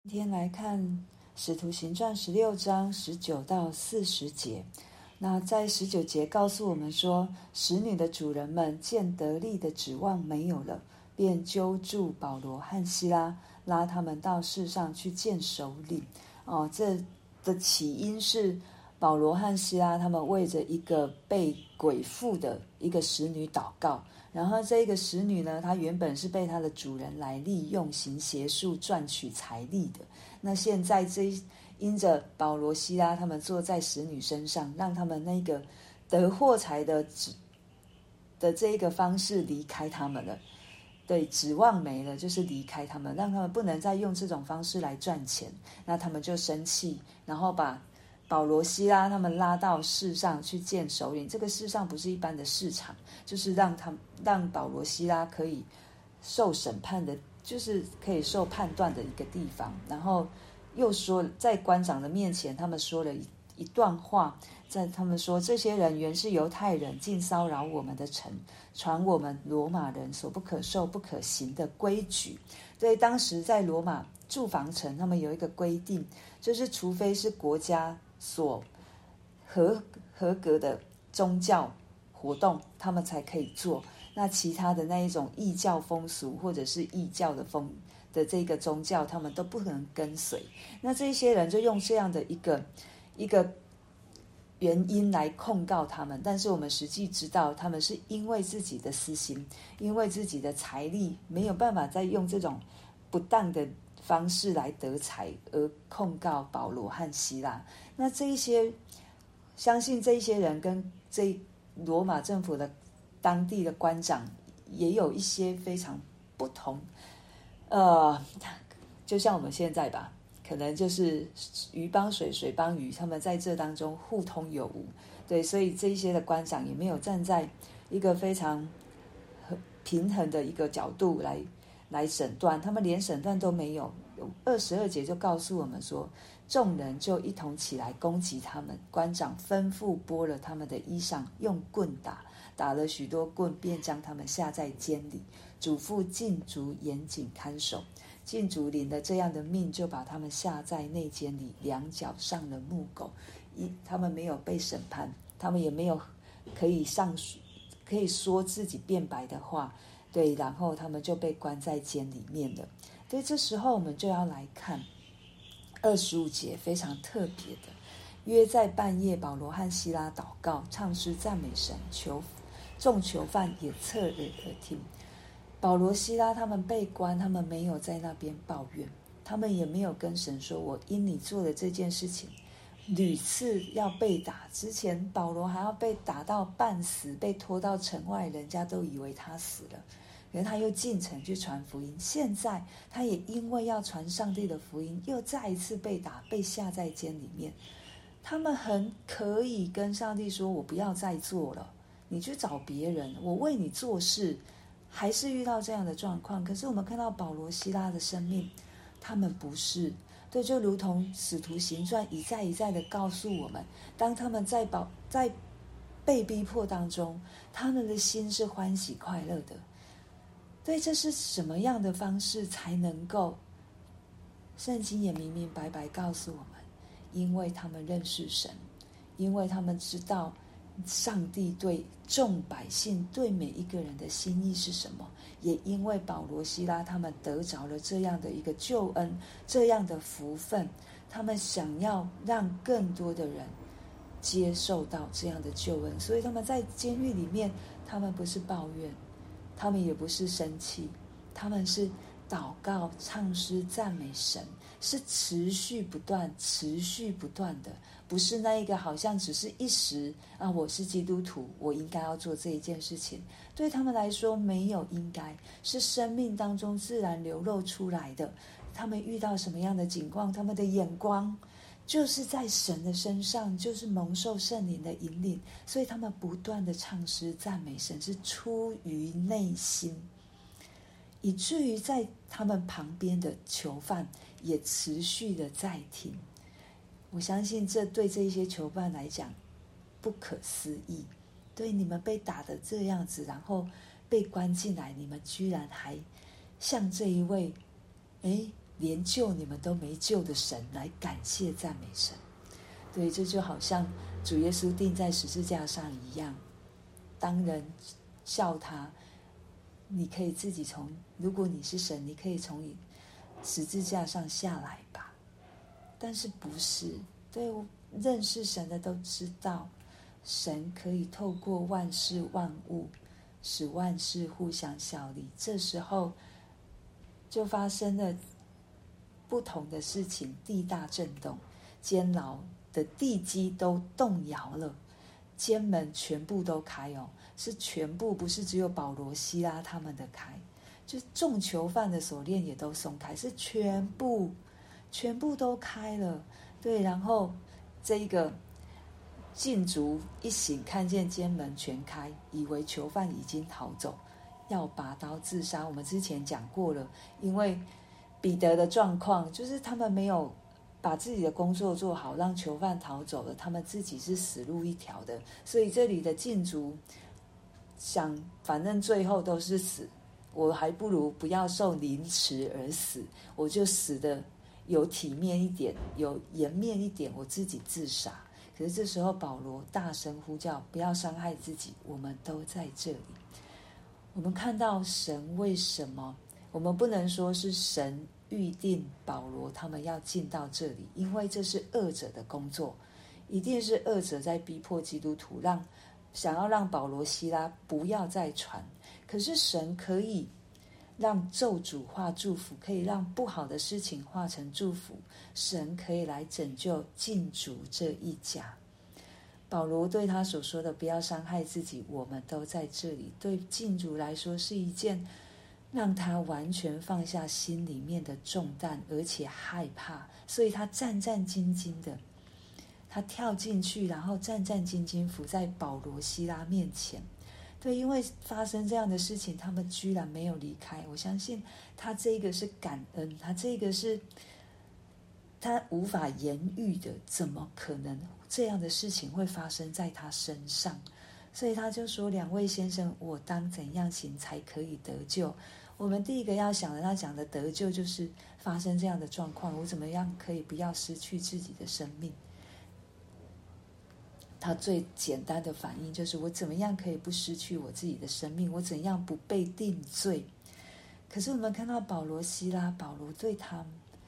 今天来看《使徒行传》16章19到40节。那在19节告诉我们说，使女的主人们见得力的指望没有了，便揪住保罗和西拉，拉他们到市上去见首领。这的起因是保罗和西拉他们为着一个被鬼附的一个使女祷告。然后这个使女呢，她原本是被她的主人来利用行邪术赚取财力的。那现在因着保罗西拉他们坐在使女身上，让他们那个得获财的这一个方式离开他们了。对，指望没了，就是离开他们，让他们不能再用这种方式来赚钱。那他们就生气，然后把保罗西拉他们拉到市上去见首领。这个市上不是一般的市场，就是让保罗西拉可以受审判的，就是可以受判断的一个地方。然后又说在官长的面前，他们说了一段话，他们说，这些人原是犹太人，竟骚扰我们的城，传我们罗马人所不可受不可行的规矩。对，当时在罗马住房城，他们有一个规定，就是除非是国家所合格的宗教活动，他们才可以做。那其他的那一种异教风俗或者是异教的这个宗教，他们都不能跟随。那这些人就用这样的一个原因来控告他们，但是我们实际知道，他们是因为自己的私心，因为自己的财力没有办法再用这种不当的方式来得财，而控告保罗和西拉。那相信这一些人跟罗马政府的当地的官长也有一些非常不同，就像我们现在吧，可能就是鱼帮水，水帮鱼，他们在这当中互通有无。对，所以这一些的官长也没有站在一个非常平衡的一个角度来审断，他们连审断都没有。22节就告诉我们说，众人就一同起来攻击他们，官长吩咐剥了他们的衣裳，用棍打了许多棍，便将他们下在监里，嘱咐禁足严谨看守。禁足领了这样的命，就把他们下在内监里，两脚上了木狗。他们没有被审判，他们也没有可以说自己辩白的话。对，然后他们就被关在监里面了。对，这时候我们就要来看25节，非常特别的。约在半夜，保罗和西拉祷告，唱诗赞美神，众囚犯也侧耳而听。保罗西拉他们被关，他们没有在那边抱怨，他们也没有跟神说，我因你做的这件事情屡次要被打。之前保罗还要被打到半死，被拖到城外，人家都以为他死了，可是他又进城去传福音。现在他也因为要传上帝的福音，又再一次被打，被下在监里面。他们很可以跟上帝说，我不要再做了，你去找别人，我为你做事。还是遇到这样的状况。可是我们看到保罗西拉的生命，他们不是。对，就如同使徒行传一再一再的告诉我们，当他们在被逼迫当中，他们的心是欢喜快乐的。对，这是什么样的方式才能够？圣经也明明白白告诉我们，因为他们认识神，因为他们知道上帝对众百姓对每一个人的心意是什么，也因为保罗西拉他们得着了这样的一个救恩，这样的福分，他们想要让更多的人接受到这样的救恩。所以他们在监狱里面，他们不是抱怨，他们也不是生气，他们是祷告、唱诗、赞美神，是持续不断的，不是那一个好像只是一时我是基督徒，我应该要做这一件事情。对他们来说，没有应该，是生命当中自然流露出来的。他们遇到什么样的境况，他们的眼光就是在神的身上，就是蒙受圣灵的引领，所以他们不断的唱诗赞美神，是出于内心。以至于在他们旁边的囚犯也持续的在听。我相信这对这些囚犯来讲不可思议。对，你们被打的这样子，然后被关进来，你们居然还像这一位连救你们都没救的神来感谢赞美神。对，这就好像主耶稣钉在十字架上一样，当人笑他，你可以自己如果你是神，你可以从十字架上下来吧。但是不是？对，认识神的都知道，神可以透过万事万物使万事互相效力。这时候就发生了不同的事情，地大震动，监牢的地基都动摇了，监门全部都开哦，是全部，不是只有保罗、西拉他们的开，就是众囚犯的锁链也都松开，是全部都开了。对，然后这个禁足一醒，看见监门全开，以为囚犯已经逃走，要拔刀自杀。我们之前讲过了，因为彼得的状况就是他们没有把自己的工作做好，让囚犯逃走了，他们自己是死路一条的。所以这里的禁足想，反正最后都是死，我还不如不要受凌迟而死，我就死的有体面一点，有颜面一点，我自己自杀。可是这时候保罗大声呼叫，不要伤害自己，我们都在这里。我们看到神为什么，我们不能说是神预定保罗他们要进到这里，因为这是恶者的工作，一定是恶者在逼迫基督徒，想要让保罗、西拉不要再传。可是神可以让咒诅化祝福，可以让不好的事情化成祝福，神可以来拯救禁足这一家。保罗对他所说的不要伤害自己，我们都在这里，对禁足来说是一件让他完全放下心里面的重担，而且害怕，所以他战战兢兢的，他跳进去，然后战战兢兢伏在保罗、西拉面前。对，因为发生这样的事情，他们居然没有离开。我相信他这个是感恩，他这个是他无法言喻的，怎么可能这样的事情会发生在他身上？所以他就说，两位先生，我当怎样行才可以得救？我们第一个要想的，他讲的得救就是发生这样的状况，我怎么样可以不要失去自己的生命？他最简单的反应就是我怎么样可以不失去我自己的生命，我怎样不被定罪？可是我们看到保罗、西拉，保罗对他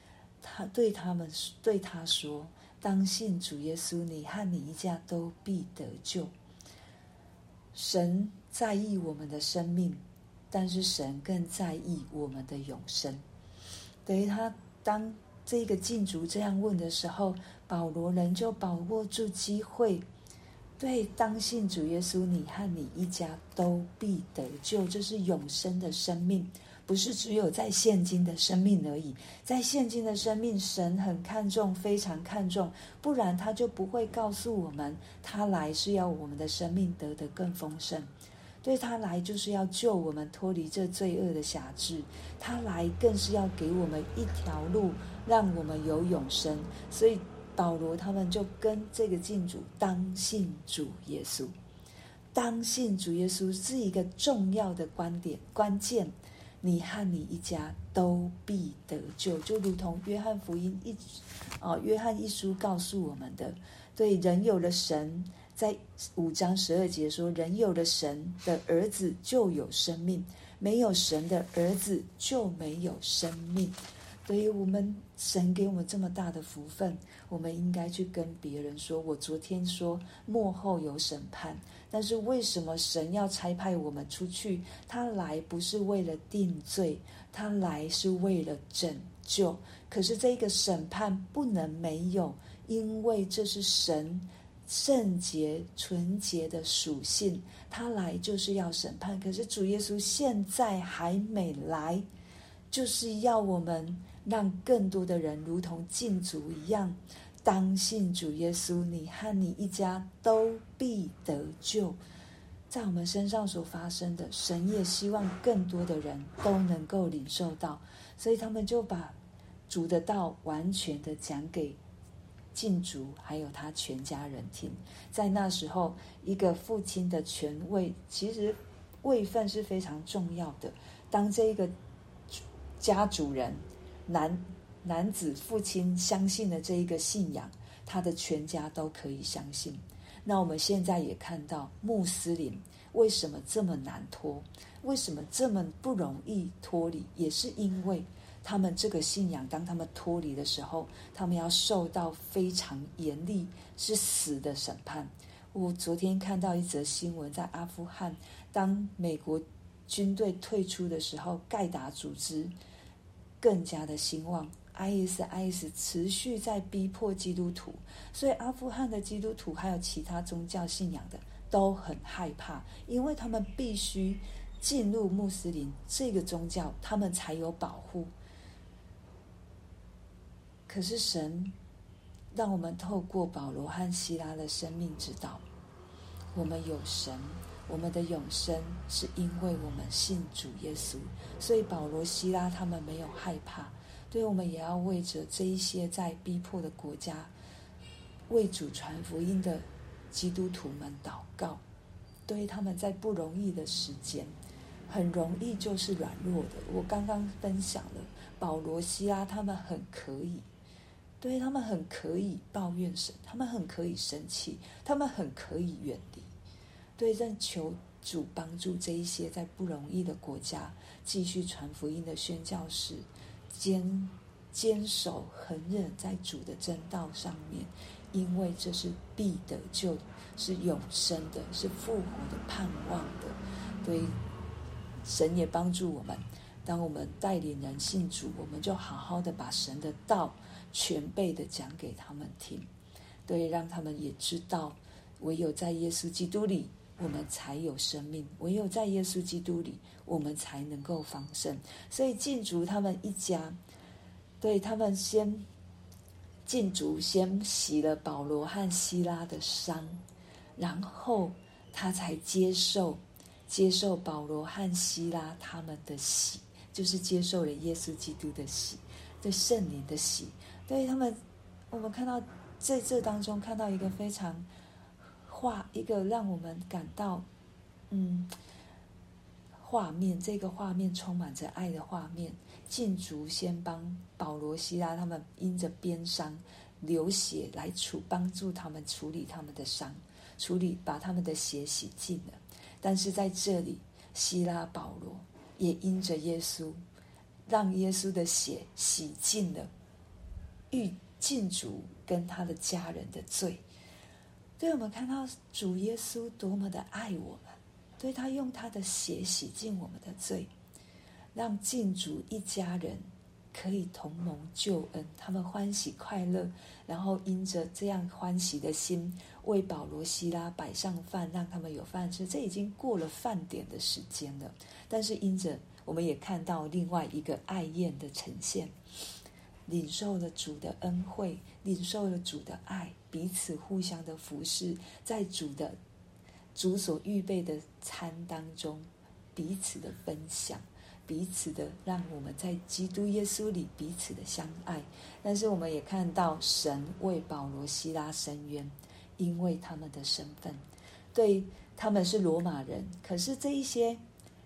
说，当信主耶稣，你和你一家都必得救。神在意我们的生命，但是神更在意我们的永生。等于他当这个禁足这样问的时候，保罗人就把握住机会，对，当信主耶稣，你和你一家都必得救。这是永生的生命，不是只有在现今的生命而已。在现今的生命，神很看重，非常看重，不然他就不会告诉我们，他来是要我们的生命得更丰盛。对，他来就是要救我们脱离这罪恶的辖制，他来更是要给我们一条路，让我们有永生。所以保罗他们就跟这个禁主当信主耶稣，当信主耶稣是一个重要的关键，你和你一家都必得救，就如同约翰福音约翰一书告诉我们的。对，人有了神，在5章12节说，人有了神的儿子就有生命，没有神的儿子就没有生命。所以我们神给我们这么大的福分，我们应该去跟别人说，我昨天说末后有审判，但是为什么神要差派我们出去？他来不是为了定罪，他来是为了拯救。可是这个审判不能没有，因为这是神圣洁纯洁的属性，他来就是要审判。可是主耶稣现在还没来，就是要我们让更多的人如同禁足一样，当信主耶稣，你和你一家都必得救。在我们身上所发生的，神也希望更多的人都能够领受到，所以他们就把主的道完全的讲给禁足还有他全家人听。在那时候，一个父亲的权位，其实位分是非常重要的。当这个家主人男子父亲相信的这一个信仰，他的全家都可以相信。那我们现在也看到穆斯林为什么这么难脱，为什么这么不容易脱离，也是因为他们这个信仰，当他们脱离的时候，他们要受到非常严厉是死的审判。我昨天看到一则新闻，在阿富汗，当美国军队退出的时候，盖达组织更加的兴旺， IS 持续在逼迫基督徒，所以阿富汗的基督徒还有其他宗教信仰的都很害怕，因为他们必须进入穆斯林这个宗教，他们才有保护。可是神让我们透过保罗和希拉的生命知道，我们有神，我们的永生是因为我们信主耶稣，所以保罗希拉他们没有害怕。对，我们也要为着这一些在逼迫的国家为主传福音的基督徒们祷告。对，他们在不容易的时间很容易就是软弱的。我刚刚分享了保罗希拉他们很可以，对，他们很可以抱怨神，他们很可以生气，他们很可以远离。对，但求主帮助这一些在不容易的国家继续传福音的宣教士，坚守恒忍在主的真道上面，因为这是必得救，是永生的，是复活的盼望的。对，神也帮助我们，当我们带领人信主，我们就好好的把神的道全备的讲给他们听，对，让他们也知道，唯有在耶稣基督里我们才有生命，唯有在耶稣基督里我们才能够丰盛。所以禁足他们一家，对，他们先禁足，先洗了保罗和希拉的伤，然后他才接受保罗和希拉他们的洗，就是接受了耶稣基督的洗，对，圣灵的洗。对，他们，我们看到在这当中看到一个非常一个让我们感到画面，这个画面充满着爱的画面。禁足先帮保罗希拉他们因着鞭伤流血来帮助他们处理他们的伤，把他们的血洗净了。但是在这里，希拉保罗也因着耶稣，让耶稣的血洗净了禁足跟他的家人的罪。对，我们看到主耶稣多么的爱我们，对，他用他的血洗净我们的罪，让禁足一家人可以同蒙救恩，他们欢喜快乐，然后因着这样欢喜的心，为保罗希拉摆上饭，让他们有饭吃。这已经过了饭点的时间了，但是因着我们也看到另外一个爱宴的呈现，领受了主的恩惠，领受了主的爱，彼此互相的服侍，在主所预备的餐当中彼此的分享，彼此的让我们在基督耶稣里彼此的相爱。但是我们也看到神为保罗希拉伸冤，因为他们的身份，对，他们是罗马人，可是这一些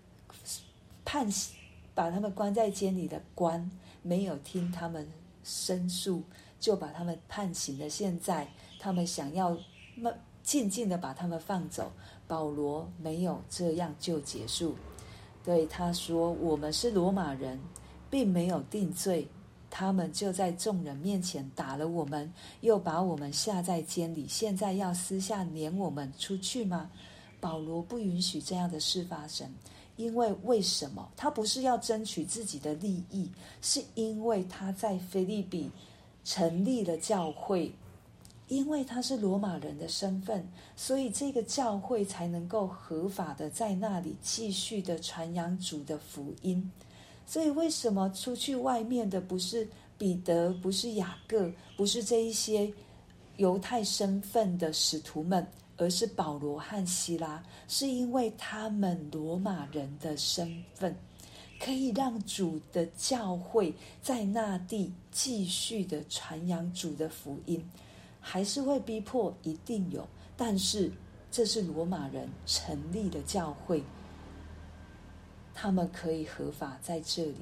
把他们关在监里的官没有听他们申诉，就把他们判刑了。现在他们想要静静的把他们放走，保罗没有这样就结束。对，他说我们是罗马人，并没有定罪，他们就在众人面前打了我们，又把我们下在监里，现在要私下撵我们出去吗？保罗不允许这样的事发生。因为什么？他不是要争取自己的利益，是因为他在腓立比成立了教会，因为他是罗马人的身份，所以这个教会才能够合法的在那里继续的传扬主的福音。所以为什么出去外面的不是彼得，不是雅各，不是这一些犹太身份的使徒们，而是保罗和希拉？是因为他们罗马人的身份可以让主的教会在那地继续的传扬主的福音。还是会逼迫，一定有，但是这是罗马人成立的教会，他们可以合法在这里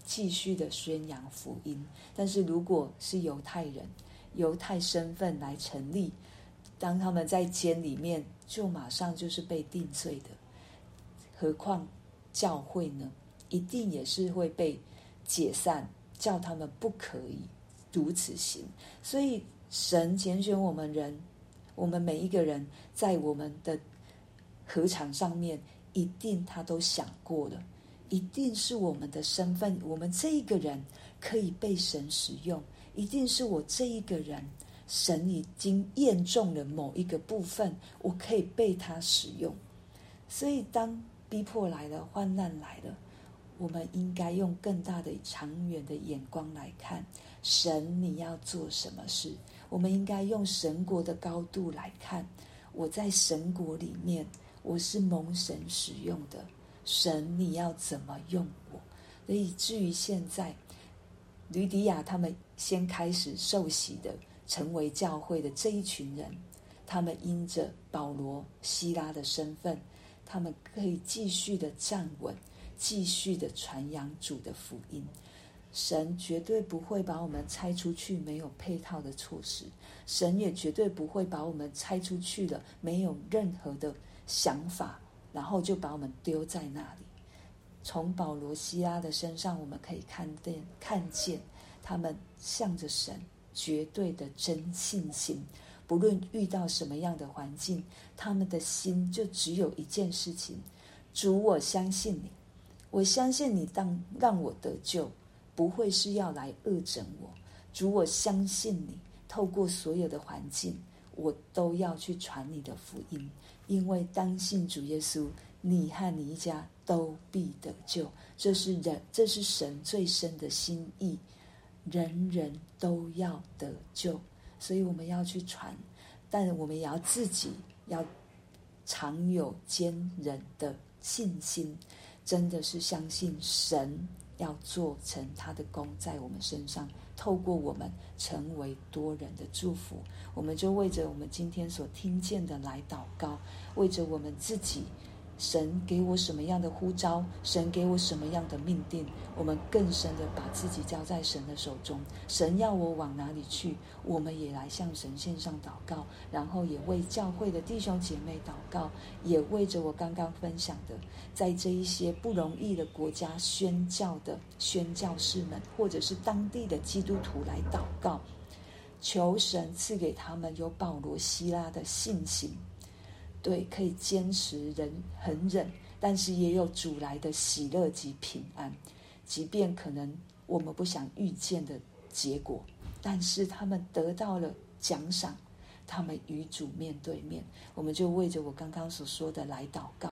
继续的宣扬福音。但是如果是犹太人，犹太身份来成立，当他们在监里面，就马上就是被定罪的。何况教会呢，一定也是会被解散，叫他们不可以如此行。所以神拣选我们人，我们每一个人在我们的禾场上面，一定他都想过了，一定是我们的身份，我们这一个人可以被神使用，一定是我这一个人，神已经验中了某一个部分，我可以被他使用。所以当逼迫来了，患难来了，我们应该用更大的长远的眼光来看，神你要做什么事。我们应该用神国的高度来看，我在神国里面，我是蒙神使用的，神你要怎么用我。所以至于现在吕底亚他们先开始受洗的，成为教会的这一群人，他们因着保罗西拉的身份，他们可以继续的站稳，继续的传扬主的福音。神绝对不会把我们拆出去没有配套的措施，神也绝对不会把我们拆出去了没有任何的想法，然后就把我们丢在那里。从保罗西拉的身上，我们可以看见他们向着神绝对的真信心，不论遇到什么样的环境，他们的心就只有一件事情：主，我相信你，我相信你让我得救，不会是要来恶整我。主，我相信你，透过所有的环境，我都要去传你的福音，因为当信主耶稣，你和你一家都必得救。这是神最深的心意，人人都要得救。所以我们要去传，但我们也要自己要常有坚韧的信心，真的是相信神要做成他的功在我们身上，透过我们成为多人的祝福。我们就为着我们今天所听见的来祷告，为着我们自己，神给我什么样的呼召，神给我什么样的命定，我们更深的把自己交在神的手中。神要我往哪里去，我们也来向神献上祷告，然后也为教会的弟兄姐妹祷告，也为着我刚刚分享的在这一些不容易的国家宣教士们，或者是当地的基督徒来祷告，求神赐给他们有保罗西拉的信心，对，可以坚持恒忍，但是也有主来的喜乐及平安，即便可能我们不想预见的结果，但是他们得到了奖赏，他们与主面对面。我们就为着我刚刚所说的来祷告。